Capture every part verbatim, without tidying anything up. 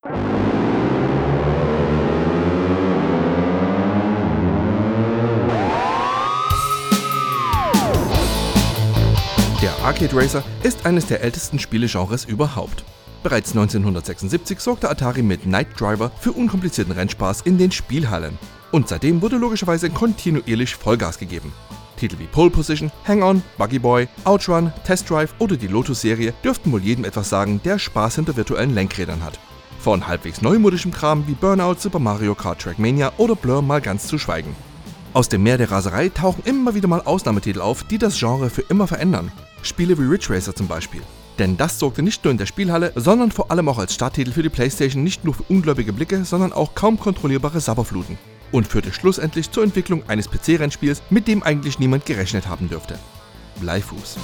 Der Arcade Racer ist eines der ältesten Spielegenres überhaupt. Bereits neunzehnhundertsechsundsiebzig sorgte Atari mit Night Driver für unkomplizierten Rennspaß in den Spielhallen. Und seitdem wurde logischerweise kontinuierlich Vollgas gegeben. Titel wie Pole Position, Hang-On, Buggy Boy, Outrun, Test Drive oder die Lotus-Serie dürften wohl jedem etwas sagen, der Spaß hinter virtuellen Lenkrädern hat. Von halbwegs neumodischem Kram wie Burnout, Super Mario Kart Trackmania oder Blur mal ganz zu schweigen. Aus dem Meer der Raserei tauchen immer wieder mal Ausnahmetitel auf, die das Genre für immer verändern. Spiele wie Ridge Racer zum Beispiel. Denn das sorgte nicht nur in der Spielhalle, sondern vor allem auch als Starttitel für die PlayStation nicht nur für ungläubige Blicke, sondern auch kaum kontrollierbare Sabberfluten. Und führte schlussendlich zur Entwicklung eines P C-Rennspiels, mit dem eigentlich niemand gerechnet haben dürfte. Bleifuß.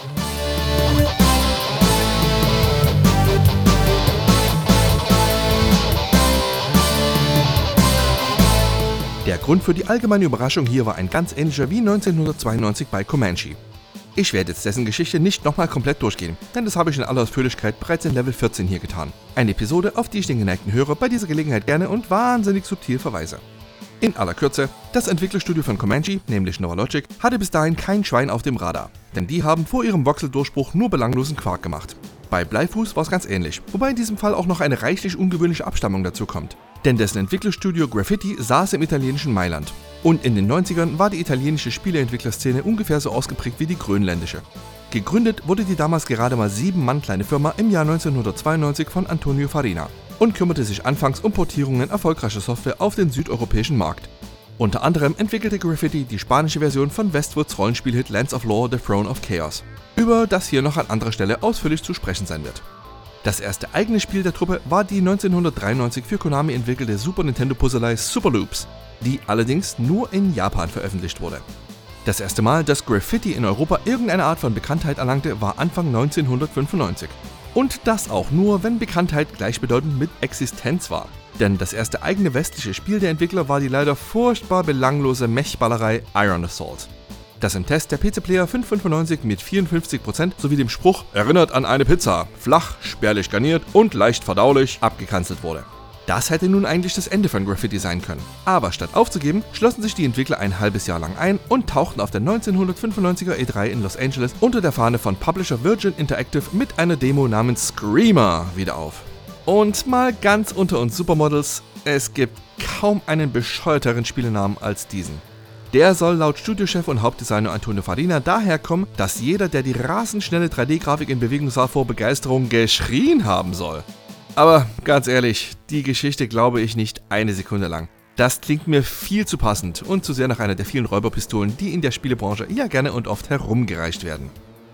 Der Grund für die allgemeine Überraschung hier war ein ganz ähnlicher wie neunzehnhundertzweiundneunzig bei Comanche. Ich werde jetzt dessen Geschichte nicht nochmal komplett durchgehen, denn das habe ich in aller Ausführlichkeit bereits in Level vierzehn hier getan. Eine Episode, auf die ich den geneigten Hörer bei dieser Gelegenheit gerne und wahnsinnig subtil verweise. In aller Kürze, das Entwicklerstudio von Comanche, nämlich Novalogic, hatte bis dahin kein Schwein auf dem Radar, denn die haben vor ihrem Voxel-Durchbruch nur belanglosen Quark gemacht. Bei Bleifuß war es ganz ähnlich, wobei in diesem Fall auch noch eine reichlich ungewöhnliche Abstammung dazu kommt. Denn dessen Entwicklerstudio Graffiti saß im italienischen Mailand. Und in den neunzigern war die italienische Spieleentwicklerszene ungefähr so ausgeprägt wie die grönländische. Gegründet wurde die damals gerade mal sieben Mann kleine Firma im Jahr neunzehnhundertzweiundneunzig von Antonio Farina und kümmerte sich anfangs um Portierungen erfolgreicher Software auf den südeuropäischen Markt. Unter anderem entwickelte Graffiti die spanische Version von Westwoods Rollenspielhit Lands of Lore: The Throne of Chaos, über das hier noch an anderer Stelle ausführlich zu sprechen sein wird. Das erste eigene Spiel der Truppe war die neunzehnhundertdreiundneunzig für Konami entwickelte Super Nintendo Puzzlei Super Loops, die allerdings nur in Japan veröffentlicht wurde. Das erste Mal, dass Graffiti in Europa irgendeine Art von Bekanntheit erlangte, war Anfang neunzehnhundertfünfundneunzig. Und das auch nur, wenn Bekanntheit gleichbedeutend mit Existenz war. Denn das erste eigene westliche Spiel der Entwickler war die leider furchtbar belanglose Mech-Ballerei Iron Assault, das im Test der P C-Player fünfhundertfünfundneunzig mit vierundfünfzig Prozent sowie dem Spruch „Erinnert an eine Pizza, flach, spärlich garniert und leicht verdaulich" abgekanzelt wurde. Das hätte nun eigentlich das Ende von Graffiti sein können. Aber statt aufzugeben, schlossen sich die Entwickler ein halbes Jahr lang ein und tauchten auf der neunzehnhundertfünfundneunziger E drei in Los Angeles unter der Fahne von Publisher Virgin Interactive mit einer Demo namens Screamer wieder auf. Und mal ganz unter uns Supermodels, es gibt kaum einen bescheuerteren Spielenamen als diesen. Der soll laut Studiochef und Hauptdesigner Antonio Farina daherkommen, dass jeder, der die rasend schnelle drei D-Grafik in Bewegung sah, vor Begeisterung geschrien haben soll. Aber ganz ehrlich, die Geschichte glaube ich nicht eine Sekunde lang. Das klingt mir viel zu passend und zu sehr nach einer der vielen Räuberpistolen, die in der Spielebranche ja gerne und oft herumgereicht werden.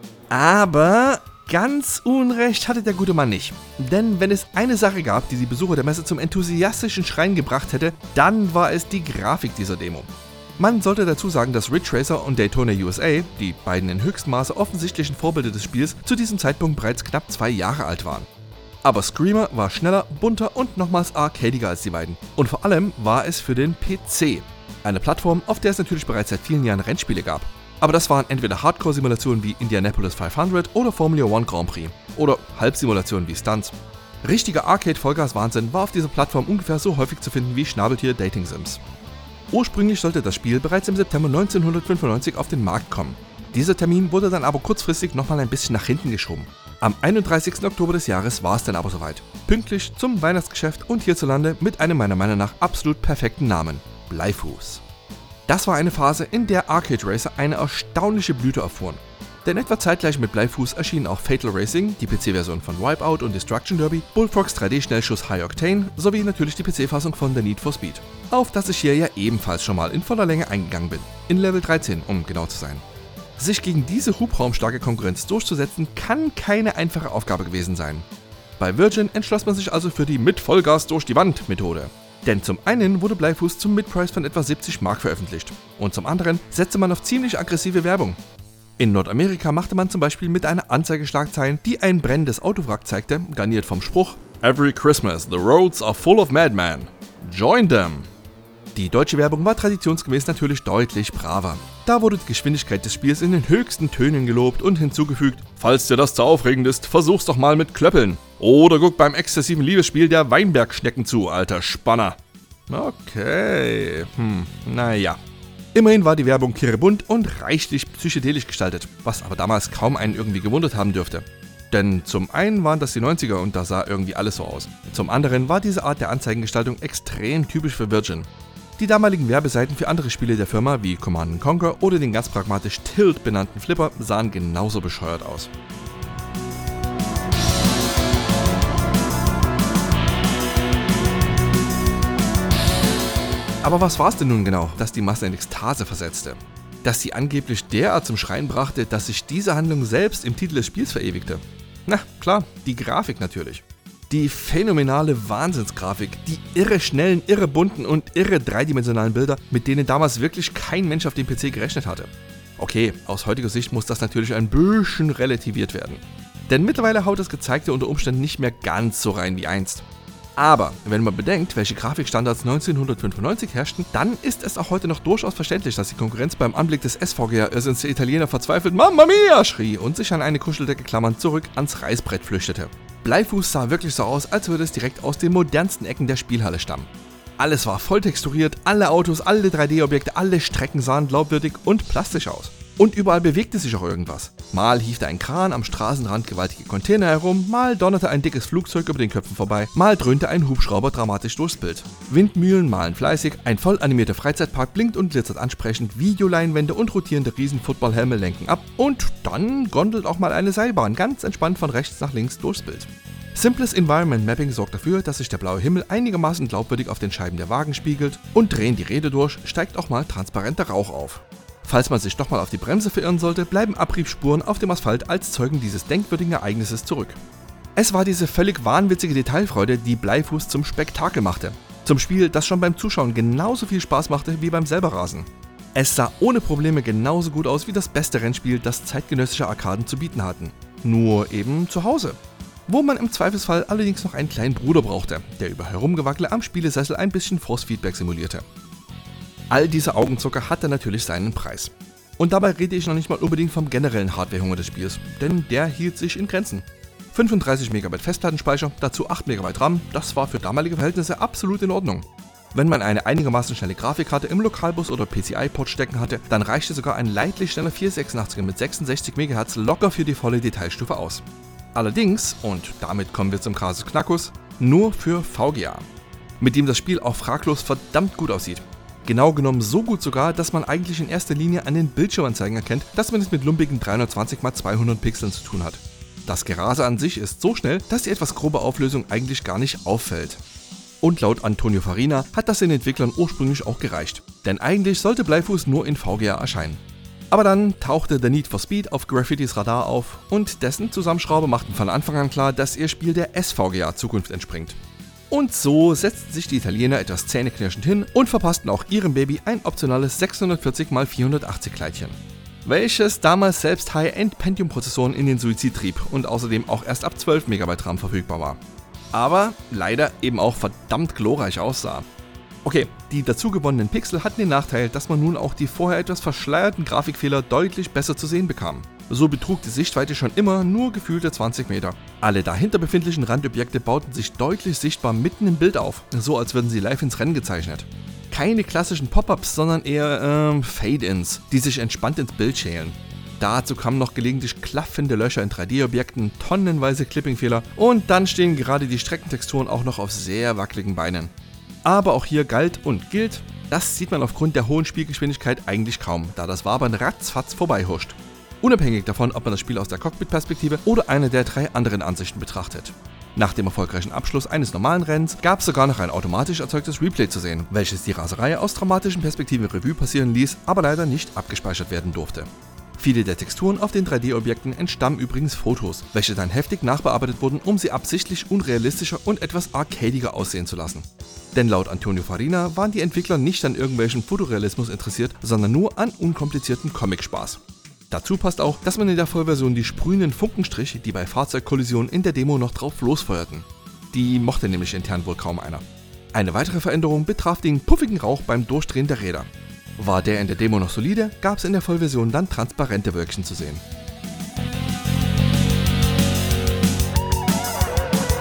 Aber ganz Unrecht hatte der gute Mann nicht. Denn wenn es eine Sache gab, die die Besucher der Messe zum enthusiastischen Schreien gebracht hätte, dann war es die Grafik dieser Demo. Man sollte dazu sagen, dass Ridge Racer und Daytona U S A, die beiden in höchstem Maße offensichtlichen Vorbilder des Spiels, zu diesem Zeitpunkt bereits knapp zwei Jahre alt waren. Aber Screamer war schneller, bunter und nochmals arcadiger als die beiden. Und vor allem war es für den P C. Eine Plattform, auf der es natürlich bereits seit vielen Jahren Rennspiele gab. Aber das waren entweder Hardcore-Simulationen wie Indianapolis fünfhundert oder Formula One Grand Prix. Oder Halbsimulationen wie Stunts. Richtiger Arcade-Vollgas-Wahnsinn war auf dieser Plattform ungefähr so häufig zu finden wie Schnabeltier-Dating-Sims. Ursprünglich sollte das Spiel bereits im September neunzehnhundertfünfundneunzig auf den Markt kommen. Dieser Termin wurde dann aber kurzfristig nochmal ein bisschen nach hinten geschoben. Am einunddreißigsten Oktober des Jahres war es dann aber soweit. Pünktlich zum Weihnachtsgeschäft und hierzulande mit einem meiner Meinung nach absolut perfekten Namen: Bleifuß. Das war eine Phase, in der Arcade Racer eine erstaunliche Blüte erfuhren. Denn etwa zeitgleich mit Bleifuß erschienen auch Fatal Racing, die P C-Version von Wipeout und Destruction Derby, Bullfrogs drei D-Schnellschuss High Octane sowie natürlich die P C-Fassung von The Need for Speed, auf das ich hier ja ebenfalls schon mal in voller Länge eingegangen bin. In Level dreizehn, um genau zu sein. Sich gegen diese hubraumstarke Konkurrenz durchzusetzen, kann keine einfache Aufgabe gewesen sein. Bei Virgin entschloss man sich also für die mit Vollgas durch die Wand Methode. Denn zum einen wurde Bleifuß zum Midprice von etwa siebzig Mark veröffentlicht und zum anderen setzte man auf ziemlich aggressive Werbung. In Nordamerika machte man zum Beispiel mit einer Anzeige Schlagzeilen, die ein brennendes Autowrack zeigte, garniert vom Spruch "Every Christmas, the roads are full of madmen. Join them!" Die deutsche Werbung war traditionsgemäß natürlich deutlich braver. Da wurde die Geschwindigkeit des Spiels in den höchsten Tönen gelobt und hinzugefügt: "Falls dir das zu aufregend ist, versuch's doch mal mit Klöppeln." Oder guck beim exzessiven Liebesspiel der Weinbergschnecken zu, alter Spanner. Okay, hm, naja. Immerhin war die Werbung kirrebunt und reichlich psychedelisch gestaltet, was aber damals kaum einen irgendwie gewundert haben dürfte. Denn zum einen waren das die neunziger und da sah irgendwie alles so aus. Zum anderen war diese Art der Anzeigengestaltung extrem typisch für Virgin. Die damaligen Werbeseiten für andere Spiele der Firma wie Command and Conquer oder den ganz pragmatisch Tilt benannten Flipper sahen genauso bescheuert aus. Aber was war es denn nun genau, das die Masse in Ekstase versetzte? Dass sie angeblich derart zum Schreien brachte, dass sich diese Handlung selbst im Titel des Spiels verewigte? Na klar, die Grafik natürlich. Die phänomenale Wahnsinnsgrafik, die irre schnellen, irre bunten und irre dreidimensionalen Bilder, mit denen damals wirklich kein Mensch auf dem P C gerechnet hatte. Okay, aus heutiger Sicht muss das natürlich ein bisschen relativiert werden. Denn mittlerweile haut das Gezeigte unter Umständen nicht mehr ganz so rein wie einst. Aber wenn man bedenkt, welche Grafikstandards neunzehnhundertfünfundneunzig herrschten, dann ist es auch heute noch durchaus verständlich, dass die Konkurrenz beim Anblick des S V G A ins Italiener verzweifelt Mamma Mia schrie und sich an eine Kuscheldecke klammernd zurück ans Reißbrett flüchtete. Bleifuß sah wirklich so aus, als würde es direkt aus den modernsten Ecken der Spielhalle stammen. Alles war voll texturiert, alle Autos, alle drei D-Objekte, alle Strecken sahen glaubwürdig und plastisch aus. Und überall bewegte sich auch irgendwas. Mal hiefte ein Kran am Straßenrand gewaltige Container herum, mal donnerte ein dickes Flugzeug über den Köpfen vorbei, mal dröhnte ein Hubschrauber dramatisch durchs Bild. Windmühlen malen fleißig, ein voll animierter Freizeitpark blinkt und glitzert ansprechend, Videoleinwände und rotierende Riesen-Footballhelme lenken ab und dann gondelt auch mal eine Seilbahn ganz entspannt von rechts nach links durchs Bild. Simples Environment Mapping sorgt dafür, dass sich der blaue Himmel einigermaßen glaubwürdig auf den Scheiben der Wagen spiegelt und drehen die Räder durch, steigt auch mal transparenter Rauch auf. Falls man sich doch mal auf die Bremse verirren sollte, bleiben Abriebsspuren auf dem Asphalt als Zeugen dieses denkwürdigen Ereignisses zurück. Es war diese völlig wahnwitzige Detailfreude, die Bleifuß zum Spektakel machte. Zum Spiel, das schon beim Zuschauen genauso viel Spaß machte wie beim selber Rasen. Es sah ohne Probleme genauso gut aus wie das beste Rennspiel, das zeitgenössische Arkaden zu bieten hatten. Nur eben zu Hause. Wo man im Zweifelsfall allerdings noch einen kleinen Bruder brauchte, der über Herumgewackele am Spielesessel ein bisschen Force-Feedback simulierte. All diese Augenzucker hatte natürlich seinen Preis. Und dabei rede ich noch nicht mal unbedingt vom generellen Hardwarehunger des Spiels, denn der hielt sich in Grenzen. fünfunddreißig Megabyte Festplattenspeicher, dazu acht Megabyte RAM, das war für damalige Verhältnisse absolut in Ordnung. Wenn man eine einigermaßen schnelle Grafikkarte im Lokalbus oder P C I-Port stecken hatte, dann reichte sogar ein leidlich schneller vierhundertsechsundachtziger mit sechsundsechzig Megahertz locker für die volle Detailstufe aus. Allerdings, und damit kommen wir zum Kasus Knackus, nur für V G A. Mit dem das Spiel auch fraglos verdammt gut aussieht. Genau genommen so gut sogar, dass man eigentlich in erster Linie an den Bildschirmanzeigen erkennt, dass man es mit lumpigen dreihundertzwanzig mal zweihundert Pixeln zu tun hat. Das Gerase an sich ist so schnell, dass die etwas grobe Auflösung eigentlich gar nicht auffällt. Und laut Antonio Farina hat das den Entwicklern ursprünglich auch gereicht, denn eigentlich sollte Bleifuß nur in V G A erscheinen. Aber dann tauchte The Need for Speed auf Graffitis Radar auf und dessen Zusammenschrauber machten von Anfang an klar, dass ihr Spiel der S V G A-Zukunft entspringt. Und so setzten sich die Italiener etwas zähneknirschend hin und verpassten auch ihrem Baby ein optionales sechshundertvierzig mal vierhundertachtzig Kleidchen. Welches damals selbst High-End-Pentium-Prozessoren in den Suizid trieb und außerdem auch erst ab zwölf Megabyte RAM verfügbar war. Aber leider eben auch verdammt glorreich aussah. Okay, die dazu gewonnenen Pixel hatten den Nachteil, dass man nun auch die vorher etwas verschleierten Grafikfehler deutlich besser zu sehen bekam. So betrug die Sichtweite schon immer nur gefühlte zwanzig Meter. Alle dahinter befindlichen Randobjekte bauten sich deutlich sichtbar mitten im Bild auf, so als würden sie live ins Rennen gezeichnet. Keine klassischen Pop-ups, sondern eher ähm, Fade-ins, die sich entspannt ins Bild schälen. Dazu kamen noch gelegentlich klaffende Löcher in drei D-Objekten, tonnenweise Clipping-Fehler und dann stehen gerade die Streckentexturen auch noch auf sehr wackeligen Beinen. Aber auch hier galt und gilt, das sieht man aufgrund der hohen Spielgeschwindigkeit eigentlich kaum, da das Wabern ratzfatz vorbeihuscht. Unabhängig davon, ob man das Spiel aus der Cockpit-Perspektive oder eine der drei anderen Ansichten betrachtet. Nach dem erfolgreichen Abschluss eines normalen Rennens gab es sogar noch ein automatisch erzeugtes Replay zu sehen, welches die Raserei aus dramatischen Perspektiven Revue passieren ließ, aber leider nicht abgespeichert werden durfte. Viele der Texturen auf den drei D-Objekten entstammen übrigens Fotos, welche dann heftig nachbearbeitet wurden, um sie absichtlich unrealistischer und etwas arcadiger aussehen zu lassen. Denn laut Antonio Farina waren die Entwickler nicht an irgendwelchen Fotorealismus interessiert, sondern nur an unkomplizierten Comic-Spaß. Dazu passt auch, dass man in der Vollversion die sprühenden Funkenstriche, die bei Fahrzeugkollisionen in der Demo noch drauf losfeuerten. Die mochte nämlich intern wohl kaum einer. Eine weitere Veränderung betraf den puffigen Rauch beim Durchdrehen der Räder. War der in der Demo noch solide, gab es in der Vollversion dann transparente Wölkchen zu sehen.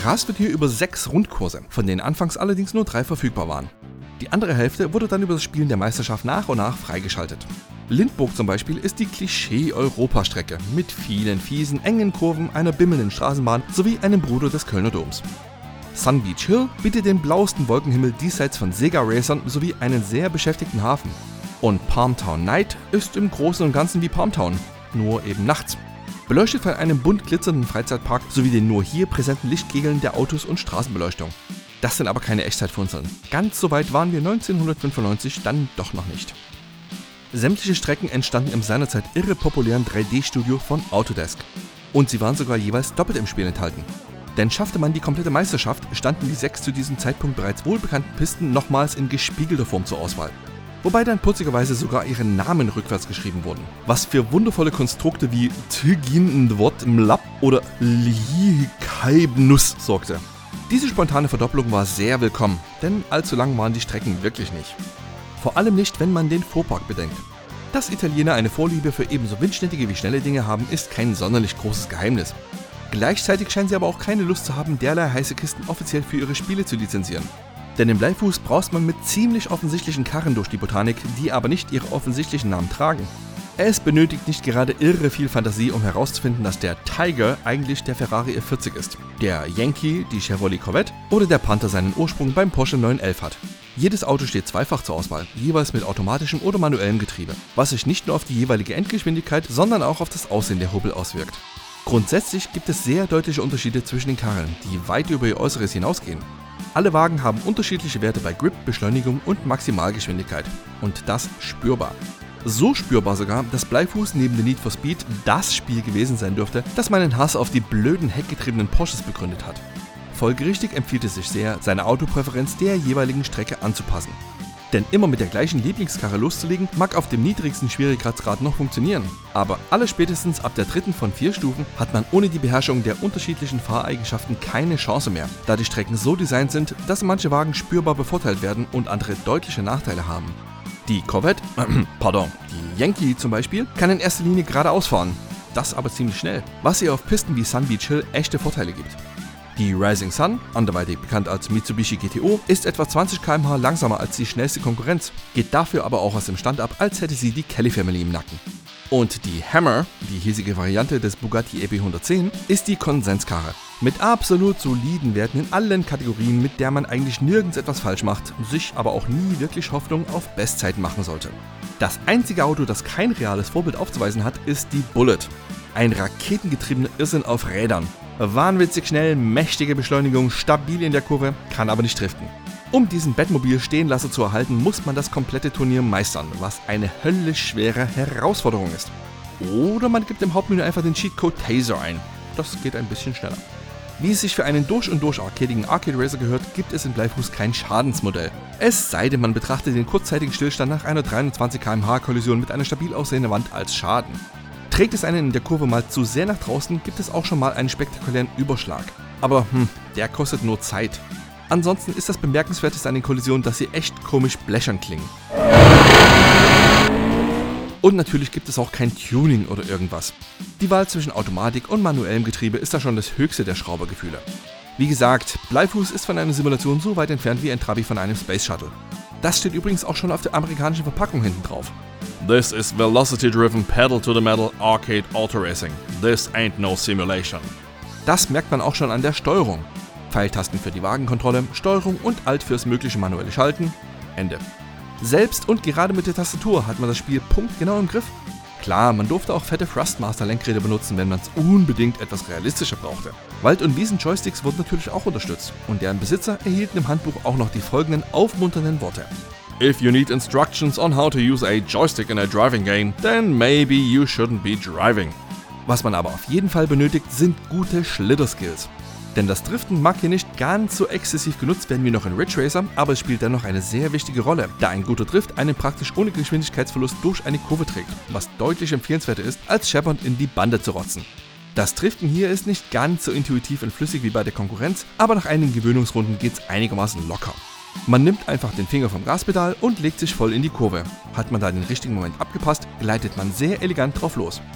Gerast wird hier über sechs Rundkurse, von denen anfangs allerdings nur drei verfügbar waren. Die andere Hälfte wurde dann über das Spielen der Meisterschaft nach und nach freigeschaltet. Lindburg zum Beispiel ist die Klischee-Europastrecke mit vielen fiesen, engen Kurven, einer bimmelnden Straßenbahn sowie einem Bruder des Kölner Doms. Sun Beach Hill bietet den blauesten Wolkenhimmel diesseits von Sega-Racern sowie einen sehr beschäftigten Hafen. Und Palmtown Night ist im Großen und Ganzen wie Palmtown, nur eben nachts. Beleuchtet von einem bunt glitzernden Freizeitpark sowie den nur hier präsenten Lichtkegeln der Autos und Straßenbeleuchtung. Das sind aber keine Echtzeitfunzeln. Ganz so weit waren wir neunzehnhundertfünfundneunzig dann doch noch nicht. Sämtliche Strecken entstanden im seinerzeit irre populären drei D-Studio von Autodesk. Und sie waren sogar jeweils doppelt im Spiel enthalten. Denn schaffte man die komplette Meisterschaft, standen die sechs zu diesem Zeitpunkt bereits wohlbekannten Pisten nochmals in gespiegelter Form zur Auswahl. Wobei dann putzigerweise sogar ihre Namen rückwärts geschrieben wurden. Was für wundervolle Konstrukte wie Tügin Wort Mlap oder Lihikaibnus sorgte. Diese spontane Verdoppelung war sehr willkommen, denn allzu lang waren die Strecken wirklich nicht. Vor allem nicht, wenn man den Fuhrpark bedenkt. Dass Italiener eine Vorliebe für ebenso windschnittige wie schnelle Dinge haben, ist kein sonderlich großes Geheimnis. Gleichzeitig scheinen sie aber auch keine Lust zu haben, derlei heiße Kisten offiziell für ihre Spiele zu lizenzieren. Denn im Bleifuß braust man mit ziemlich offensichtlichen Karren durch die Botanik, die aber nicht ihre offensichtlichen Namen tragen. Es benötigt nicht gerade irre viel Fantasie, um herauszufinden, dass der Tiger eigentlich der Ferrari F vierzig ist, der Yankee die Chevrolet Corvette oder der Panther seinen Ursprung beim Porsche neun elf hat. Jedes Auto steht zweifach zur Auswahl, jeweils mit automatischem oder manuellem Getriebe, was sich nicht nur auf die jeweilige Endgeschwindigkeit, sondern auch auf das Aussehen der Hubbel auswirkt. Grundsätzlich gibt es sehr deutliche Unterschiede zwischen den Karren, die weit über ihr Äußeres hinausgehen. Alle Wagen haben unterschiedliche Werte bei Grip, Beschleunigung und Maximalgeschwindigkeit. Und das spürbar. So spürbar sogar, dass Bleifuß neben The Need for Speed das Spiel gewesen sein dürfte, das meinen Hass auf die blöden heckgetriebenen Porsches begründet hat. Folgerichtig empfiehlt es sich sehr, seine Autopräferenz der jeweiligen Strecke anzupassen. Denn immer mit der gleichen Lieblingskarre loszulegen, mag auf dem niedrigsten Schwierigkeitsgrad noch funktionieren. Aber alle spätestens ab der dritten von vier Stufen hat man ohne die Beherrschung der unterschiedlichen Fahreigenschaften keine Chance mehr, da die Strecken so designt sind, dass manche Wagen spürbar bevorteilt werden und andere deutliche Nachteile haben. Die Corvette, äh, pardon, die Yankee zum Beispiel, kann in erster Linie geradeaus fahren, das aber ziemlich schnell, was ihr auf Pisten wie Sun Beach Hill echte Vorteile gibt. Die Rising Sun, anderweitig bekannt als Mitsubishi G T O, ist etwa zwanzig Kilometer pro Stunde langsamer als die schnellste Konkurrenz, geht dafür aber auch aus dem Stand ab, als hätte sie die Kelly Family im Nacken. Und die Hammer, die hiesige Variante des Bugatti E B hundertzehn, ist die Konsenskarre. Mit absolut soliden Werten in allen Kategorien, mit der man eigentlich nirgends etwas falsch macht, sich aber auch nie wirklich Hoffnung auf Bestzeiten machen sollte. Das einzige Auto, das kein reales Vorbild aufzuweisen hat, ist die Bullet. Ein raketengetriebener Irrsinn auf Rädern. Wahnwitzig schnell, mächtige Beschleunigung, stabil in der Kurve, kann aber nicht driften. Um diesen Batmobil-Stehenlasser zu erhalten, muss man das komplette Turnier meistern, was eine höllisch schwere Herausforderung ist. Oder man gibt im Hauptmenü einfach den Cheatcode Taser ein. Das geht ein bisschen schneller. Wie es sich für einen durch und durch arcadigen Arcade Racer gehört, gibt es in Bleifuß kein Schadensmodell. Es sei denn, man betrachtet den kurzzeitigen Stillstand nach einer dreihundertzwanzig Kilometer pro Stunde Kollision mit einer stabil aussehenden Wand als Schaden. Trägt es einen in der Kurve mal zu sehr nach draußen, gibt es auch schon mal einen spektakulären Überschlag. Aber hm, der kostet nur Zeit. Ansonsten ist das Bemerkenswerteste an den Kollisionen, dass sie echt komisch blechern klingen. Und natürlich gibt es auch kein Tuning oder irgendwas. Die Wahl zwischen Automatik und manuellem Getriebe ist da schon das höchste der Schraubergefühle. Wie gesagt, Bleifuß ist von einer Simulation so weit entfernt wie ein Trabi von einem Space Shuttle. Das steht übrigens auch schon auf der amerikanischen Verpackung hinten drauf. This is velocity-driven pedal-to-the-metal arcade auto racing. This ain't no simulation. Das merkt man auch schon an der Steuerung. Pfeiltasten für die Wagenkontrolle, Steuerung und Alt fürs mögliche manuelle Schalten. Ende. Selbst und gerade mit der Tastatur hat man das Spiel punktgenau im Griff. Klar, man durfte auch fette Thrustmaster-Lenkräder benutzen, wenn man es unbedingt etwas realistischer brauchte. Wald- und Wiesen-Joysticks wurden natürlich auch unterstützt und deren Besitzer erhielten im Handbuch auch noch die folgenden aufmunternden Worte. If you need instructions on how to use a joystick in a driving game, then maybe you shouldn't be driving. Was man aber auf jeden Fall benötigt, sind gute Schlitterskills. Denn das Driften mag hier nicht ganz so exzessiv genutzt werden wie noch in Ridge Racer, aber es spielt dennoch eine sehr wichtige Rolle, da ein guter Drift einen praktisch ohne Geschwindigkeitsverlust durch eine Kurve trägt, was deutlich empfehlenswerter ist, als scheppernd in die Bande zu rotzen. Das Driften hier ist nicht ganz so intuitiv und flüssig wie bei der Konkurrenz, aber nach einigen Gewöhnungsrunden geht's einigermaßen locker. Man nimmt einfach den Finger vom Gaspedal und legt sich voll in die Kurve. Hat man da den richtigen Moment abgepasst, gleitet man sehr elegant drauf los.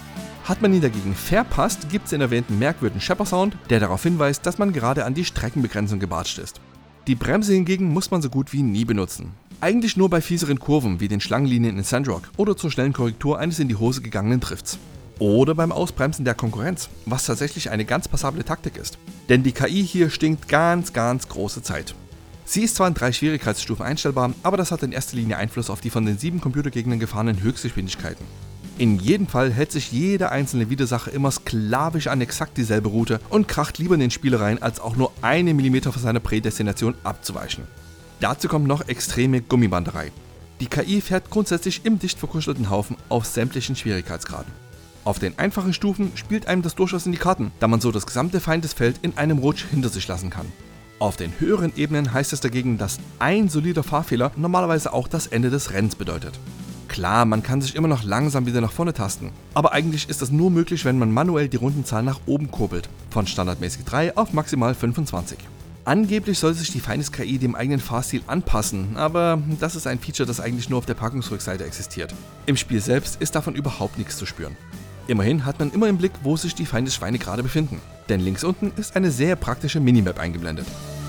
Hat man ihn dagegen verpasst, gibt es den erwähnten merkwürdigen Shepper-Sound, der darauf hinweist, dass man gerade an die Streckenbegrenzung gebatscht ist. Die Bremse hingegen muss man so gut wie nie benutzen. Eigentlich nur bei fieseren Kurven wie den Schlangenlinien in Sandrock oder zur schnellen Korrektur eines in die Hose gegangenen Drifts. Oder beim Ausbremsen der Konkurrenz, was tatsächlich eine ganz passable Taktik ist. Denn die K I hier stinkt ganz, ganz große Zeit. Sie ist zwar in drei Schwierigkeitsstufen einstellbar, aber das hat in erster Linie Einfluss auf die von den sieben Computergegnern gefahrenen Höchstgeschwindigkeiten. In jedem Fall hält sich jede einzelne Widersacher immer sklavisch an exakt dieselbe Route und kracht lieber in den Spielereien, als auch nur eine Millimeter von seiner Prädestination abzuweichen. Dazu kommt noch extreme Gummibanderei. Die K I fährt grundsätzlich im dicht verkuschelten Haufen auf sämtlichen Schwierigkeitsgraden. Auf den einfachen Stufen spielt einem das durchaus in die Karten, da man so das gesamte Feindesfeld in einem Rutsch hinter sich lassen kann. Auf den höheren Ebenen heißt es dagegen, dass ein solider Fahrfehler normalerweise auch das Ende des Rennens bedeutet. Klar, man kann sich immer noch langsam wieder nach vorne tasten, aber eigentlich ist das nur möglich, wenn man manuell die Rundenzahl nach oben kurbelt, von standardmäßig drei auf maximal fünfundzwanzig. Angeblich soll sich die Feindes-K I dem eigenen Fahrstil anpassen, aber das ist ein Feature, das eigentlich nur auf der Packungsrückseite existiert. Im Spiel selbst ist davon überhaupt nichts zu spüren. Immerhin hat man immer im Blick, wo sich die Feindesschweine gerade befinden, denn links unten ist eine sehr praktische Minimap eingeblendet.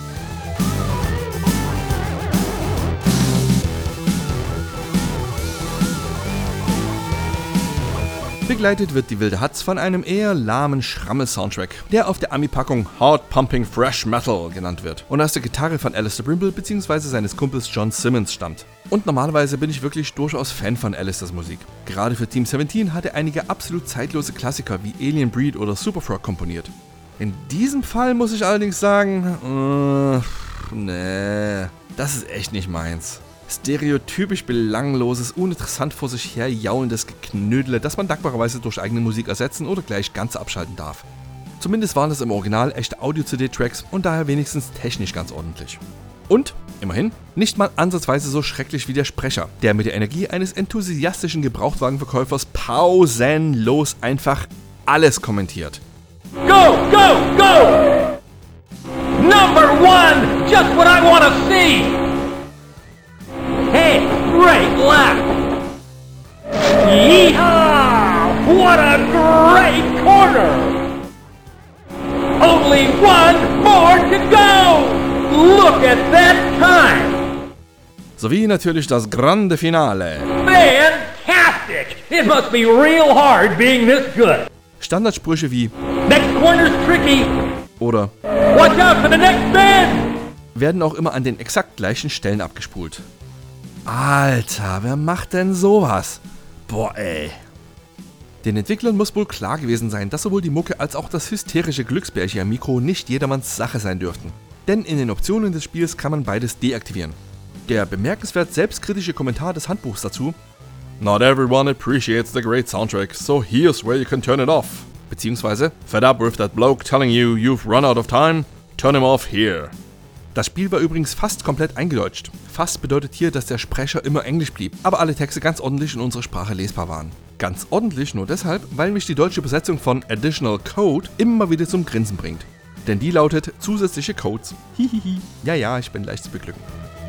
Begleitet wird die wilde Hatz von einem eher lahmen Schrammel-Soundtrack, der auf der Ami-Packung Hard Pumping Fresh Metal genannt wird und aus der Gitarre von Alistair Brimble bzw. seines Kumpels John Simmons stammt. Und normalerweise bin ich wirklich durchaus Fan von Alistairs Musik. Gerade für Team siebzehn hat er einige absolut zeitlose Klassiker wie Alien Breed oder Superfrog komponiert. In diesem Fall muss ich allerdings sagen, äh, nee, das ist echt nicht meins. Stereotypisch belangloses, uninteressant vor sich her jaulendes Geknödele, das man dankbarerweise durch eigene Musik ersetzen oder gleich ganz abschalten darf. Zumindest waren das im Original echte Audio-C D-Tracks und daher wenigstens technisch ganz ordentlich. Und, immerhin, nicht mal ansatzweise so schrecklich wie der Sprecher, der mit der Energie eines enthusiastischen Gebrauchtwagenverkäufers pausenlos einfach alles kommentiert. Go, go, go! Number one! Just what I want to see! Hey, great left! Yeehaw! What a great corner! Only one more to go! Look at that time! Sowie natürlich das grande Finale. Fantastic! It must be real hard being this good. Standardsprüche wie Next corner's tricky! oder Watch out for the next bend! werden auch immer an den exakt gleichen Stellen abgespult. Alter, wer macht denn sowas? Boah ey. Den Entwicklern muss wohl klar gewesen sein, dass sowohl die Mucke als auch das hysterische Glücksbärchen am Mikro nicht jedermanns Sache sein dürften. Denn in den Optionen des Spiels kann man beides deaktivieren. Der bemerkenswert selbstkritische Kommentar des Handbuchs dazu: Not everyone appreciates the great soundtrack, so here's where you can turn it off. Beziehungsweise, fed up with that bloke telling you you've run out of time, turn him off here. Das Spiel war übrigens fast komplett eingedeutscht. Fast bedeutet hier, dass der Sprecher immer Englisch blieb, aber alle Texte ganz ordentlich in unserer Sprache lesbar waren. Ganz ordentlich nur deshalb, weil mich die deutsche Übersetzung von Additional Code immer wieder zum Grinsen bringt. Denn die lautet zusätzliche Codes. Hihihi. Ja, ja, ich bin leicht zu beglücken.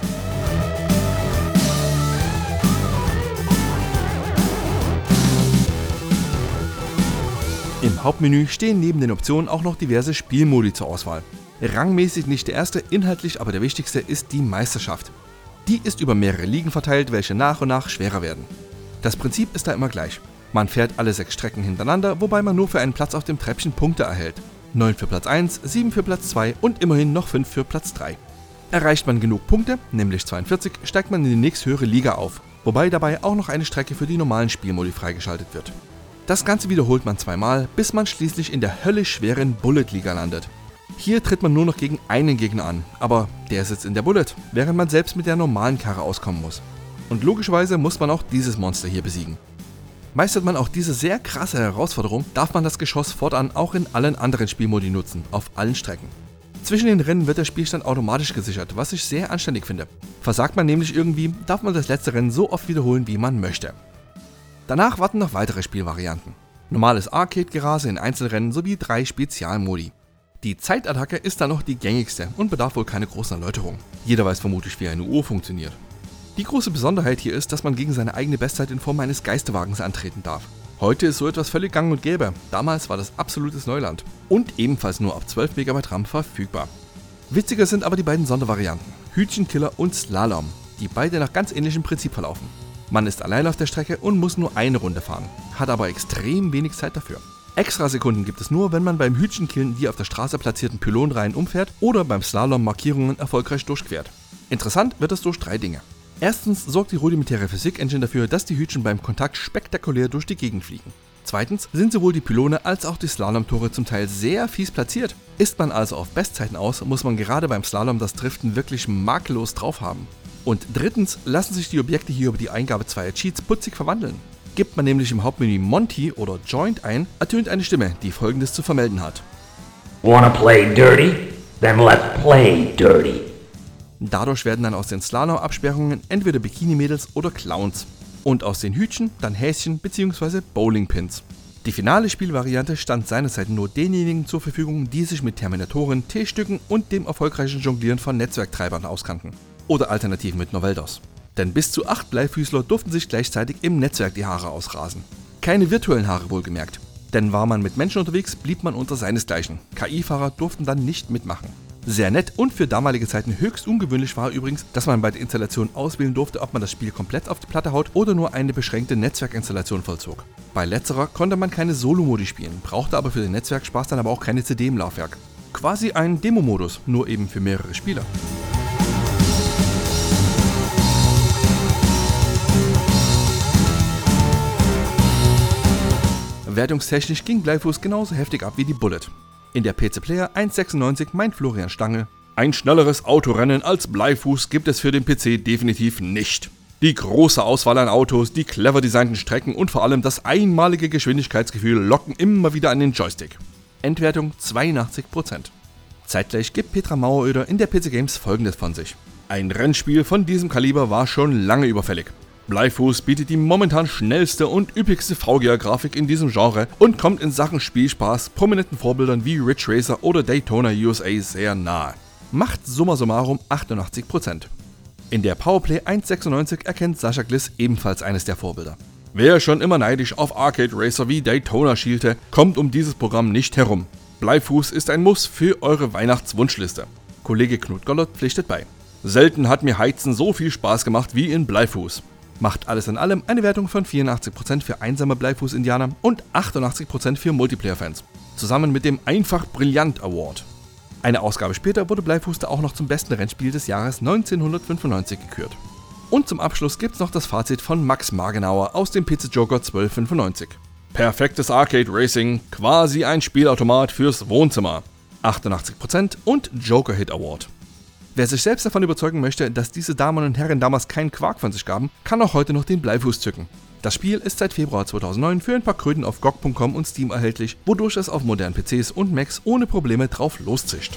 Im Hauptmenü stehen neben den Optionen auch noch diverse Spielmodi zur Auswahl. Rangmäßig nicht der erste, inhaltlich aber der wichtigste ist die Meisterschaft. Die ist über mehrere Ligen verteilt, welche nach und nach schwerer werden. Das Prinzip ist da immer gleich. Man fährt alle sechs Strecken hintereinander, wobei man nur für einen Platz auf dem Treppchen Punkte erhält. neun für Platz eins, sieben für Platz zwei und immerhin noch fünf für Platz drei. Erreicht man genug Punkte, nämlich zweiundvierzig, steigt man in die nächsthöhere Liga auf, wobei dabei auch noch eine Strecke für die normalen Spielmodi freigeschaltet wird. Das Ganze wiederholt man zweimal, bis man schließlich in der höllisch schweren Bullet-Liga landet. Hier tritt man nur noch gegen einen Gegner an, aber der sitzt in der Bullet, während man selbst mit der normalen Karre auskommen muss. Und logischerweise muss man auch dieses Monster hier besiegen. Meistert man auch diese sehr krasse Herausforderung, darf man das Geschoss fortan auch in allen anderen Spielmodi nutzen, auf allen Strecken. Zwischen den Rennen wird der Spielstand automatisch gesichert, was ich sehr anständig finde. Versagt man nämlich irgendwie, darf man das letzte Rennen so oft wiederholen, wie man möchte. Danach warten noch weitere Spielvarianten. Normales Arcade-Gerase in Einzelrennen sowie drei Spezialmodi. Die Zeitattacke ist dann noch die gängigste und bedarf wohl keine großen Erläuterungen. Jeder weiß vermutlich, wie eine Uhr funktioniert. Die große Besonderheit hier ist, dass man gegen seine eigene Bestzeit in Form eines Geisterwagens antreten darf. Heute ist so etwas völlig gang und gäbe, damals war das absolutes Neuland und ebenfalls nur ab zwölf Megabyte RAM verfügbar. Witziger sind aber die beiden Sondervarianten, Hütchenkiller und Slalom, die beide nach ganz ähnlichem Prinzip verlaufen. Man ist allein auf der Strecke und muss nur eine Runde fahren, hat aber extrem wenig Zeit dafür. Extrasekunden gibt es nur, wenn man beim Hütchenkillen die auf der Straße platzierten Pylonreihen umfährt oder beim Slalom Markierungen erfolgreich durchquert. Interessant wird es durch drei Dinge. Erstens sorgt die rudimentäre Physik-Engine dafür, dass die Hütchen beim Kontakt spektakulär durch die Gegend fliegen. Zweitens sind sowohl die Pylone als auch die Slalomtore zum Teil sehr fies platziert. Ist man also auf Bestzeiten aus, muss man gerade beim Slalom das Driften wirklich makellos drauf haben. Und drittens lassen sich die Objekte hier über die Eingabe zweier Cheats putzig verwandeln. Gibt man nämlich im Hauptmenü Monty oder Joint ein, ertönt eine Stimme, die Folgendes zu vermelden hat. Wanna play dirty? Then let's play dirty. Dadurch werden dann aus den Slalom-Absperrungen entweder Bikini-Mädels oder Clowns und aus den Hütchen dann Häschen bzw. Bowling-Pins. Die finale Spielvariante stand seinerzeit nur denjenigen zur Verfügung, die sich mit Terminatoren, T-Stücken und dem erfolgreichen Jonglieren von Netzwerktreibern auskannten. Oder alternativ mit Noveldos. Denn bis zu acht Bleifüßler durften sich gleichzeitig im Netzwerk die Haare ausrasen. Keine virtuellen Haare wohlgemerkt. Denn war man mit Menschen unterwegs, blieb man unter seinesgleichen. K I-Fahrer durften dann nicht mitmachen. Sehr nett und für damalige Zeiten höchst ungewöhnlich war übrigens, dass man bei der Installation auswählen durfte, ob man das Spiel komplett auf die Platte haut oder nur eine beschränkte Netzwerkinstallation vollzog. Bei letzterer konnte man keine Solo-Modi spielen, brauchte aber für den Netzwerkspaß dann aber auch keine C D im Laufwerk. Quasi ein Demo-Modus, nur eben für mehrere Spieler. Wertungstechnisch ging Bleifuß genauso heftig ab wie die Bullet. In der P C Player eins Komma sechsundneunzig meint Florian Stange: Ein schnelleres Autorennen als Bleifuß gibt es für den P C definitiv nicht. Die große Auswahl an Autos, die clever designten Strecken und vor allem das einmalige Geschwindigkeitsgefühl locken immer wieder an den Joystick. Endwertung zweiundachtzig Prozent. Zeitgleich gibt Petra Maueröder in der P C Games folgendes von sich: Ein Rennspiel von diesem Kaliber war schon lange überfällig. Bleifuß bietet die momentan schnellste und üppigste V G A-Grafik in diesem Genre und kommt in Sachen Spielspaß prominenten Vorbildern wie Ridge Racer oder Daytona U S A sehr nahe. Macht summa summarum achtundachtzig Prozent. In der Powerplay eins Komma sechsundneunzig erkennt Sascha Gliss ebenfalls eines der Vorbilder. Wer schon immer neidisch auf Arcade Racer wie Daytona schielte, kommt um dieses Programm nicht herum. Bleifuß ist ein Muss für eure Weihnachtswunschliste. Kollege Knut Gollert pflichtet bei. Selten hat mir Heizen so viel Spaß gemacht wie in Bleifuß. Macht alles in allem eine Wertung von vierundachtzig Prozent für einsame Bleifuß-Indianer und achtundachtzig Prozent für Multiplayer-Fans. Zusammen mit dem Einfach Brillant Award. Eine Ausgabe später wurde Bleifuß da auch noch zum besten Rennspiel des Jahres neunzehnhundertfünfundneunzig gekürt. Und zum Abschluss gibt's noch das Fazit von Max Margenauer aus dem P C Joker zwölfhundertfünfundneunzig. Perfektes Arcade Racing, quasi ein Spielautomat fürs Wohnzimmer. achtundachtzig Prozent und Joker Hit Award. Wer sich selbst davon überzeugen möchte, dass diese Damen und Herren damals keinen Quark von sich gaben, kann auch heute noch den Bleifuß zücken. Das Spiel ist seit Februar zweitausendneun für ein paar Kröten auf G O G Punkt com und Steam erhältlich, wodurch es auf modernen P Cs und Macs ohne Probleme drauf loszischt.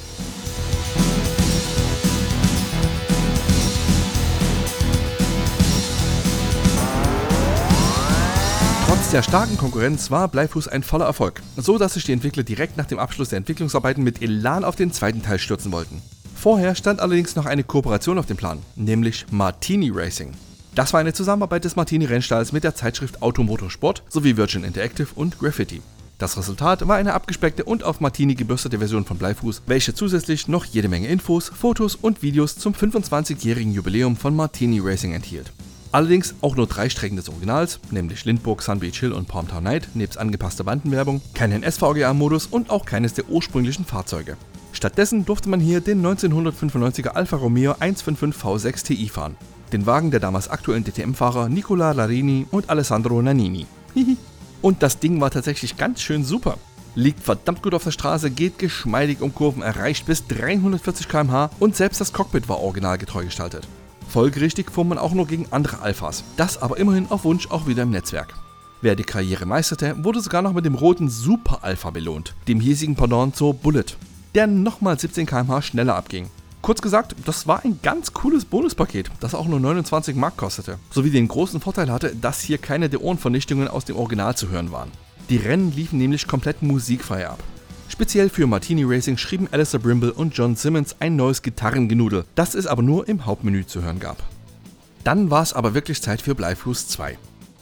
Trotz der starken Konkurrenz war Bleifuß ein voller Erfolg, so dass sich die Entwickler direkt nach dem Abschluss der Entwicklungsarbeiten mit Elan auf den zweiten Teil stürzen wollten. Vorher stand allerdings noch eine Kooperation auf dem Plan, nämlich Martini Racing. Das war eine Zusammenarbeit des Martini-Rennstalls mit der Zeitschrift Automotorsport sowie Virgin Interactive und Graffiti. Das Resultat war eine abgespeckte und auf Martini gebürstete Version von Bleifuß, welche zusätzlich noch jede Menge Infos, Fotos und Videos zum fünfundzwanzigjährigen Jubiläum von Martini Racing enthielt. Allerdings auch nur drei Strecken des Originals, nämlich Lindburg, Sun Beach Hill und Palmtown Night, nebst angepasster Bandenwerbung, keinen S V G A-Modus und auch keines der ursprünglichen Fahrzeuge. Stattdessen durfte man hier den neunzehnhundertfünfundneunziger Alfa Romeo hundertfünfundfünfzig V sechs Ti fahren, den Wagen der damals aktuellen D T M-Fahrer Nicola Larini und Alessandro Nannini. Und das Ding war tatsächlich ganz schön super. Liegt verdammt gut auf der Straße, geht geschmeidig um Kurven, erreicht bis dreihundertvierzig Kilometer pro Stunde und selbst das Cockpit war originalgetreu gestaltet. Folgerichtig fuhr man auch noch gegen andere Alphas, das aber immerhin auf Wunsch auch wieder im Netzwerk. Wer die Karriere meisterte, wurde sogar noch mit dem roten Super Alpha belohnt, dem hiesigen Pendant zur Bullet, der nochmal siebzehn Kilometer pro Stunde schneller abging. Kurz gesagt, das war ein ganz cooles Bonuspaket, das auch nur neunundzwanzig Mark kostete, sowie den großen Vorteil hatte, dass hier keine der Ohrenvernichtungen aus dem Original zu hören waren. Die Rennen liefen nämlich komplett musikfrei ab. Speziell für Martini Racing schrieben Alistair Brimble und John Simmons ein neues Gitarrengenudel, das es aber nur im Hauptmenü zu hören gab. Dann war es aber wirklich Zeit für Bleifuß zwei.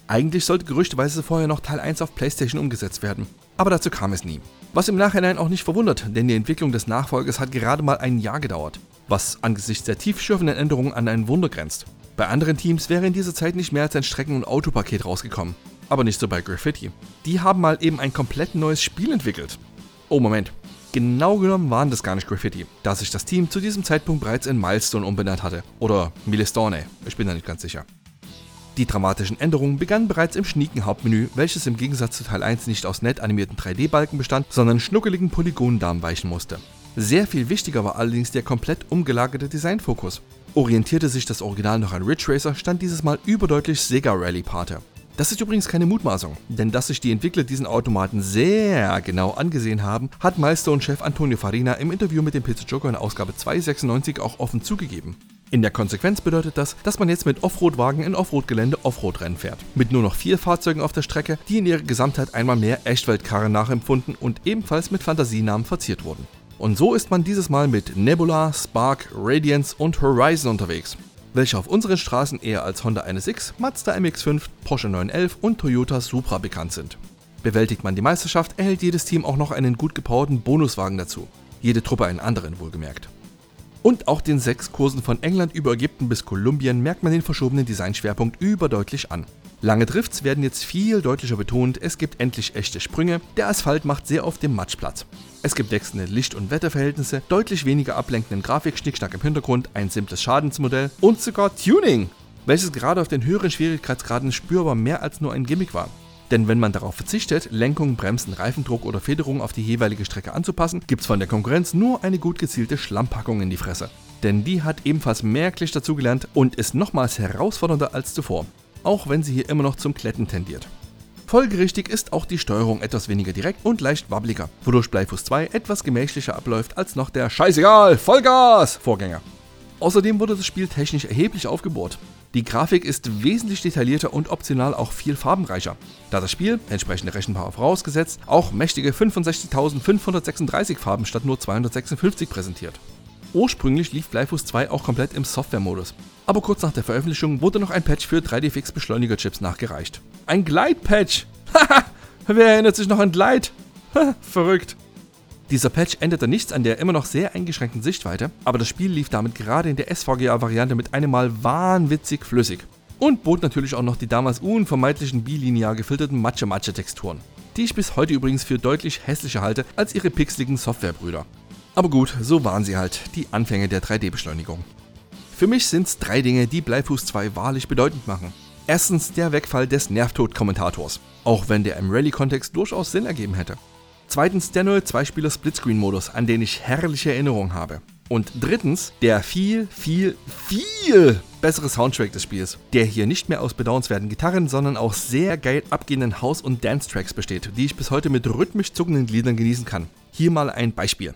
Eigentlich sollte gerüchteweise vorher noch Teil eins auf PlayStation umgesetzt werden, aber dazu kam es nie. Was im Nachhinein auch nicht verwundert, denn die Entwicklung des Nachfolgers hat gerade mal ein Jahr gedauert, was angesichts der tiefschürfenden Änderungen an ein Wunder grenzt. Bei anderen Teams wäre in dieser Zeit nicht mehr als ein Strecken- und Autopaket rausgekommen, aber nicht so bei Graffiti. Die haben mal eben ein komplett neues Spiel entwickelt. Oh Moment, genau genommen waren das gar nicht Graffiti, da sich das Team zu diesem Zeitpunkt bereits in Milestone umbenannt hatte, oder Milestone, ich bin da nicht ganz sicher. Die dramatischen Änderungen begannen bereits im schnieken Hauptmenü, welches im Gegensatz zu Teil eins nicht aus nett animierten drei D-Balken bestand, sondern schnuckeligen Polygondarm weichen musste. Sehr viel wichtiger war allerdings der komplett umgelagerte Designfokus. Orientierte sich das Original noch an Ridge Racer, stand dieses Mal überdeutlich Sega Rally Pate. Das ist übrigens keine Mutmaßung, denn dass sich die Entwickler diesen Automaten sehr genau angesehen haben, hat Milestone-Chef Antonio Farina im Interview mit dem Pizza Joker in Ausgabe zweihundertsechsundneunzig auch offen zugegeben. In der Konsequenz bedeutet das, dass man jetzt mit Offroad-Wagen in Offroad-Gelände Offroad-Rennen fährt. Mit nur noch vier Fahrzeugen auf der Strecke, die in ihrer Gesamtheit einmal mehr Echtweltkarren nachempfunden und ebenfalls mit Fantasienamen verziert wurden. Und so ist man dieses Mal mit Nebula, Spark, Radiance und Horizon unterwegs, welche auf unseren Straßen eher als Honda N S X, Mazda M X fünf, Porsche neun elf und Toyota Supra bekannt sind. Bewältigt man die Meisterschaft, erhält jedes Team auch noch einen gut gepowerten Bonuswagen dazu. Jede Truppe einen anderen wohlgemerkt. Und auch den sechs Kursen von England über Ägypten bis Kolumbien merkt man den verschobenen Designschwerpunkt überdeutlich an. Lange Drifts werden jetzt viel deutlicher betont, es gibt endlich echte Sprünge, der Asphalt macht sehr oft den Matsch Platz. Es gibt wechselnde Licht- und Wetterverhältnisse, deutlich weniger ablenkenden Grafik-Schnickschnack im Hintergrund, ein simples Schadensmodell und sogar Tuning, welches gerade auf den höheren Schwierigkeitsgraden spürbar mehr als nur ein Gimmick war. Denn wenn man darauf verzichtet, Lenkung, Bremsen, Reifendruck oder Federung auf die jeweilige Strecke anzupassen, gibt's von der Konkurrenz nur eine gut gezielte Schlammpackung in die Fresse. Denn die hat ebenfalls merklich dazugelernt und ist nochmals herausfordernder als zuvor, auch wenn sie hier immer noch zum Kletten tendiert. Folgerichtig ist auch die Steuerung etwas weniger direkt und leicht wabbliger, wodurch Bleifuß zwei etwas gemächlicher abläuft als noch der Scheißegal, Vollgas Vorgänger. Außerdem wurde das Spiel technisch erheblich aufgebohrt. Die Grafik ist wesentlich detaillierter und optional auch viel farbenreicher, da das Spiel, entsprechende Rechenpower vorausgesetzt, auch mächtige fünfundsechzigtausendfünfhundertsechsunddreißig Farben statt nur zweihundertsechsundfünfzig präsentiert. Ursprünglich lief Bleifuß zwei auch komplett im Software-Modus, aber kurz nach der Veröffentlichung wurde noch ein Patch für drei D Fix Beschleuniger-Chips nachgereicht. Ein Glide-Patch! Haha! Wer erinnert sich noch an Glide? Ha, verrückt! Dieser Patch änderte nichts an der immer noch sehr eingeschränkten Sichtweite, aber das Spiel lief damit gerade in der S V G A-Variante mit einem Mal wahnwitzig flüssig. Und bot natürlich auch noch die damals unvermeidlichen bilinear gefilterten Matsche-Matsche-Texturen, die ich bis heute übrigens für deutlich hässlicher halte als ihre pixeligen Softwarebrüder. Aber gut, so waren sie halt, die Anfänge der drei D-Beschleunigung. Für mich sind's drei Dinge, die Bleifuß zwei wahrlich bedeutend machen. Erstens der Wegfall des Nervtod-Kommentators, auch wenn der im Rallye-Kontext durchaus Sinn ergeben hätte. Zweitens der neue Zweispieler-Splitscreen-Modus, an den ich herrliche Erinnerungen habe. Und drittens der viel, viel, viel bessere Soundtrack des Spiels, der hier nicht mehr aus bedauernswerten Gitarren, sondern auch sehr geil abgehenden House- und Dance-Tracks besteht, die ich bis heute mit rhythmisch zuckenden Gliedern genießen kann. Hier mal ein Beispiel.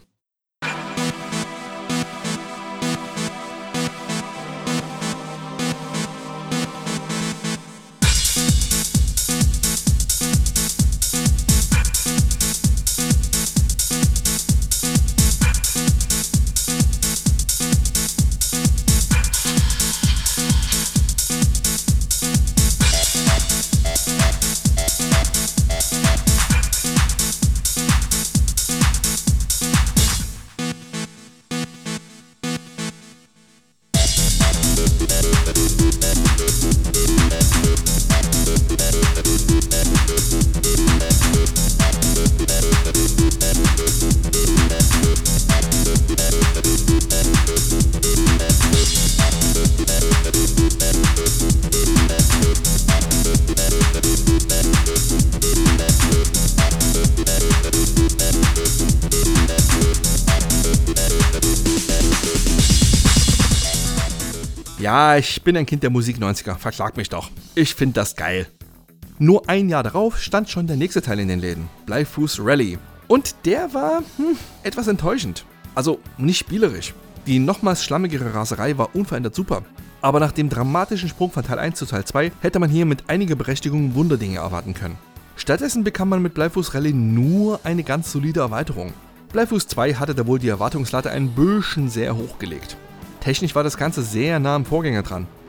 Ja, ich bin ein Kind der Musik neunziger, verklag mich doch. Ich find das geil. Nur ein Jahr darauf stand schon der nächste Teil in den Läden, Bleifuß Rally. Und der war hm, etwas enttäuschend. Also nicht spielerisch. Die nochmals schlammigere Raserei war unverändert super. Aber nach dem dramatischen Sprung von Teil eins zu Teil zwei hätte man hier mit einiger Berechtigung Wunderdinge erwarten können. Stattdessen bekam man mit Bleifuß Rally nur eine ganz solide Erweiterung. Bleifuß zwei hatte da wohl die Erwartungslatte ein bisschen sehr hoch gelegt. Technisch war das Ganze sehr nah am Vorgänger dran,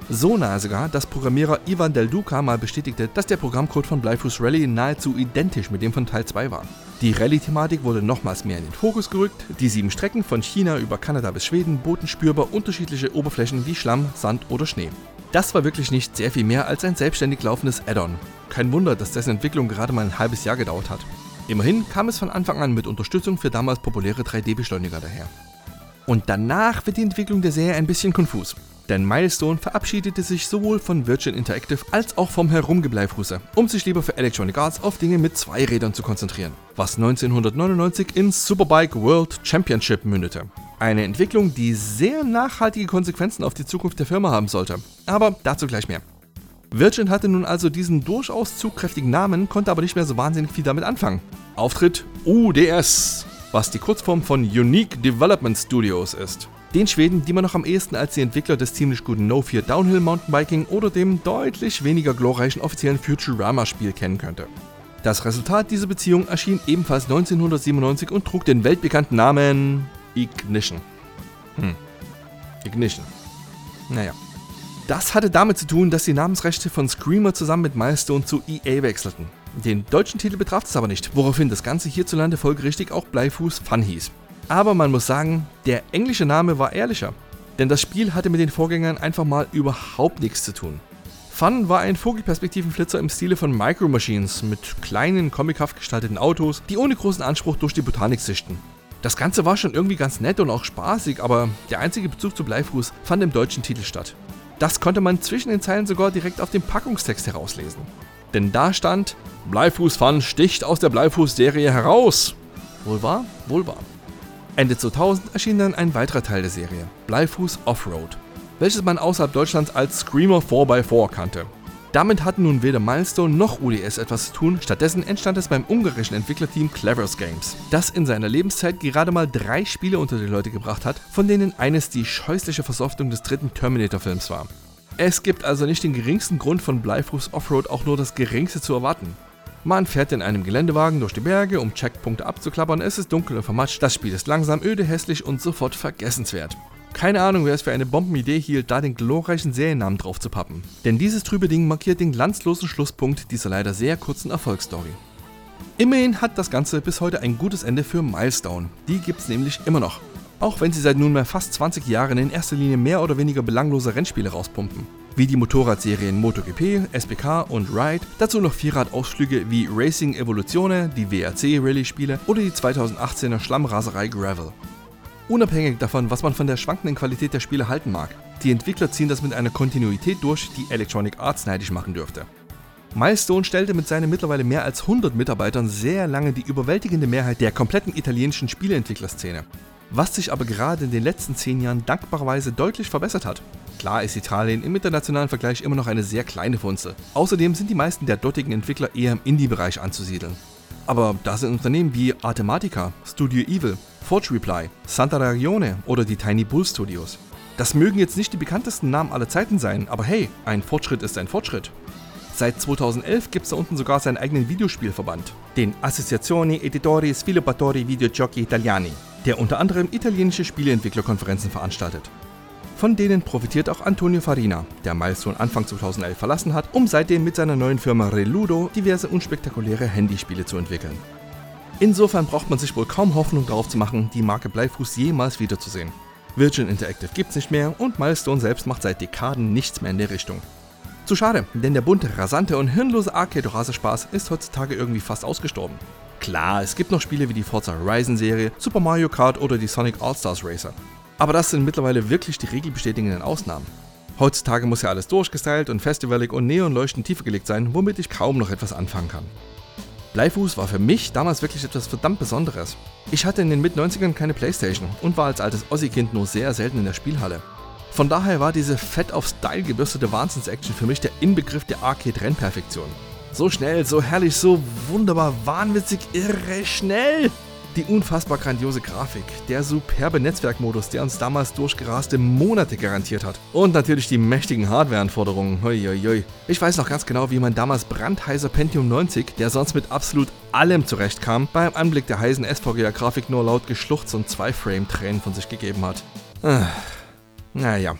So nahe sogar, dass Programmierer Ivan Del Duca mal bestätigte, dass der Programmcode von Bleifuß Rally nahezu identisch mit dem von Teil zwei war. Die Rallye-Thematik wurde nochmals mehr in den Fokus gerückt, die sieben Strecken von China über Kanada bis Schweden boten spürbar unterschiedliche Oberflächen wie Schlamm, Sand oder Schnee. Das war wirklich nicht sehr viel mehr als ein selbstständig laufendes Add-on. Kein Wunder, dass dessen Entwicklung gerade mal ein halbes Jahr gedauert hat. Immerhin kam es von Anfang an mit Unterstützung für damals populäre drei D-Beschleuniger daher. Und danach wird die Entwicklung der Serie ein bisschen konfus. Denn Milestone verabschiedete sich sowohl von Virgin Interactive als auch vom Herumgebleifruße, um sich lieber für Electronic Arts auf Dinge mit zwei Rädern zu konzentrieren, was neunzehnhundertneunundneunzig in Superbike World Championship mündete. Eine Entwicklung, die sehr nachhaltige Konsequenzen auf die Zukunft der Firma haben sollte, aber dazu gleich mehr. Virgin hatte nun also diesen durchaus zugkräftigen Namen, konnte aber nicht mehr so wahnsinnig viel damit anfangen. Auftritt U D S, was die Kurzform von Unique Development Studios ist. Den Schweden, die man noch am ehesten als die Entwickler des ziemlich guten No vier Downhill Mountainbiking oder dem deutlich weniger glorreichen offiziellen Futurama-Spiel kennen könnte. Das Resultat dieser Beziehung erschien ebenfalls neunzehnhundertsiebenundneunzig und trug den weltbekannten Namen Ignition. Hm. Ignition. Naja. Das hatte damit zu tun, dass die Namensrechte von Screamer zusammen mit Milestone zu E A wechselten. Den deutschen Titel betraf es aber nicht, woraufhin das Ganze hierzulande folgerichtig auch Bleifuß Fun hieß. Aber man muss sagen, der englische Name war ehrlicher, denn das Spiel hatte mit den Vorgängern einfach mal überhaupt nichts zu tun. Fun war ein Vogelperspektivenflitzer im Stile von Micro Machines mit kleinen, comichaft gestalteten Autos, die ohne großen Anspruch durch die Botanik zischten. Das Ganze war schon irgendwie ganz nett und auch spaßig, aber der einzige Bezug zu Bleifuß fand im deutschen Titel statt. Das konnte man zwischen den Zeilen sogar direkt auf dem Packungstext herauslesen. Denn da stand: Bleifuß Fun sticht aus der Bleifuß-Serie heraus. Wohl wahr? Wohl wahr. Ende zweitausend erschien dann ein weiterer Teil der Serie, Bleifuß Offroad, welches man außerhalb Deutschlands als Screamer vier bei vier kannte. Damit hatten nun weder Milestone noch U D S etwas zu tun, stattdessen entstand es beim ungarischen Entwicklerteam Clever's Games, das in seiner Lebenszeit gerade mal drei Spiele unter die Leute gebracht hat, von denen eines die scheußliche Versoftung des dritten Terminator-Films war. Es gibt also nicht den geringsten Grund von Bleifuß Offroad auch nur das geringste zu erwarten. Man fährt in einem Geländewagen durch die Berge, um Checkpunkte abzuklappern, es ist dunkel und vermatscht, das Spiel ist langsam, öde, hässlich und sofort vergessenswert. Keine Ahnung, wer es für eine Bombenidee hielt, da den glorreichen Seriennamen drauf zu pappen. Denn dieses trübe Ding markiert den glanzlosen Schlusspunkt dieser leider sehr kurzen Erfolgsstory. Immerhin hat das Ganze bis heute ein gutes Ende für Milestone. Die gibt's nämlich immer noch. Auch wenn sie seit nunmehr fast zwanzig Jahren in erster Linie mehr oder weniger belanglose Rennspiele rauspumpen. Wie die Motorradserien MotoGP, S B K und Ride, dazu noch Vierradausflüge wie Racing Evoluzione, die W R C Rallye-Spiele oder die zweitausendachtzehner Schlammraserei Gravel. Unabhängig davon, was man von der schwankenden Qualität der Spiele halten mag, die Entwickler ziehen das mit einer Kontinuität durch, die Electronic Arts neidisch machen dürfte. Milestone stellte mit seinen mittlerweile mehr als hundert Mitarbeitern sehr lange die überwältigende Mehrheit der kompletten italienischen Spieleentwicklerszene. Was sich aber gerade in den letzten zehn Jahren dankbarerweise deutlich verbessert hat. Klar ist Italien im internationalen Vergleich immer noch eine sehr kleine Funzel. Außerdem sind die meisten der dortigen Entwickler eher im Indie-Bereich anzusiedeln. Aber da sind Unternehmen wie Artematica, Studio Evil, Forge Reply, Santa Ragione oder die Tiny Bull Studios. Das mögen jetzt nicht die bekanntesten Namen aller Zeiten sein, aber hey, ein Fortschritt ist ein Fortschritt. Seit zweitausendelf gibt es da unten sogar seinen eigenen Videospielverband, den Associazione Editori Sviluppatori Videogiochi Italiani, der unter anderem italienische Spieleentwicklerkonferenzen veranstaltet. Von denen profitiert auch Antonio Farina, der Milestone Anfang zweitausendelf verlassen hat, um seitdem mit seiner neuen Firma Reludo diverse unspektakuläre Handyspiele zu entwickeln. Insofern braucht man sich wohl kaum Hoffnung darauf zu machen, die Marke Bleifuß jemals wiederzusehen. Virgin Interactive gibt's nicht mehr und Milestone selbst macht seit Dekaden nichts mehr in der Richtung. Zu schade, denn der bunte, rasante und hirnlose Arcade-Rasespaß ist heutzutage irgendwie fast ausgestorben. Klar, es gibt noch Spiele wie die Forza Horizon-Serie, Super Mario Kart oder die Sonic All-Stars Racer. Aber das sind mittlerweile wirklich die regelbestätigenden Ausnahmen. Heutzutage muss ja alles durchgestylt und festivalig und neonleuchtend tiefer gelegt sein, womit ich kaum noch etwas anfangen kann. Bleifuß war für mich damals wirklich etwas verdammt Besonderes. Ich hatte in den Mit-neunzigern keine Playstation und war als altes Ossi-Kind nur sehr selten in der Spielhalle. Von daher war diese fett auf Style gebürstete Wahnsinns-Action für mich der Inbegriff der Arcade-Rennperfektion. So schnell, so herrlich, so wunderbar, wahnwitzig, irre schnell! Die unfassbar grandiose Grafik, der superbe Netzwerkmodus, der uns damals durchgeraste Monate garantiert hat. Und natürlich die mächtigen Hardware-Anforderungen. Hoi, ich weiß noch ganz genau, wie mein damals brandheißer Pentium neunzig, der sonst mit absolut allem zurechtkam, beim Anblick der heißen S V G A-Grafik nur laut Geschluchz und zwei Frame-Tränen von sich gegeben hat. Ah, naja.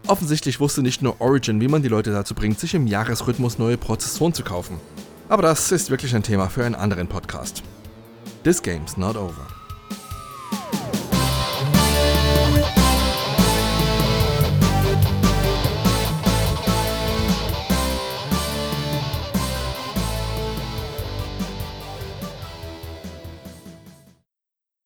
Offensichtlich wusste nicht nur Origin, wie man die Leute dazu bringt, sich im Jahresrhythmus neue Prozessoren zu kaufen. Aber das ist wirklich ein Thema für einen anderen Podcast. This game's not over.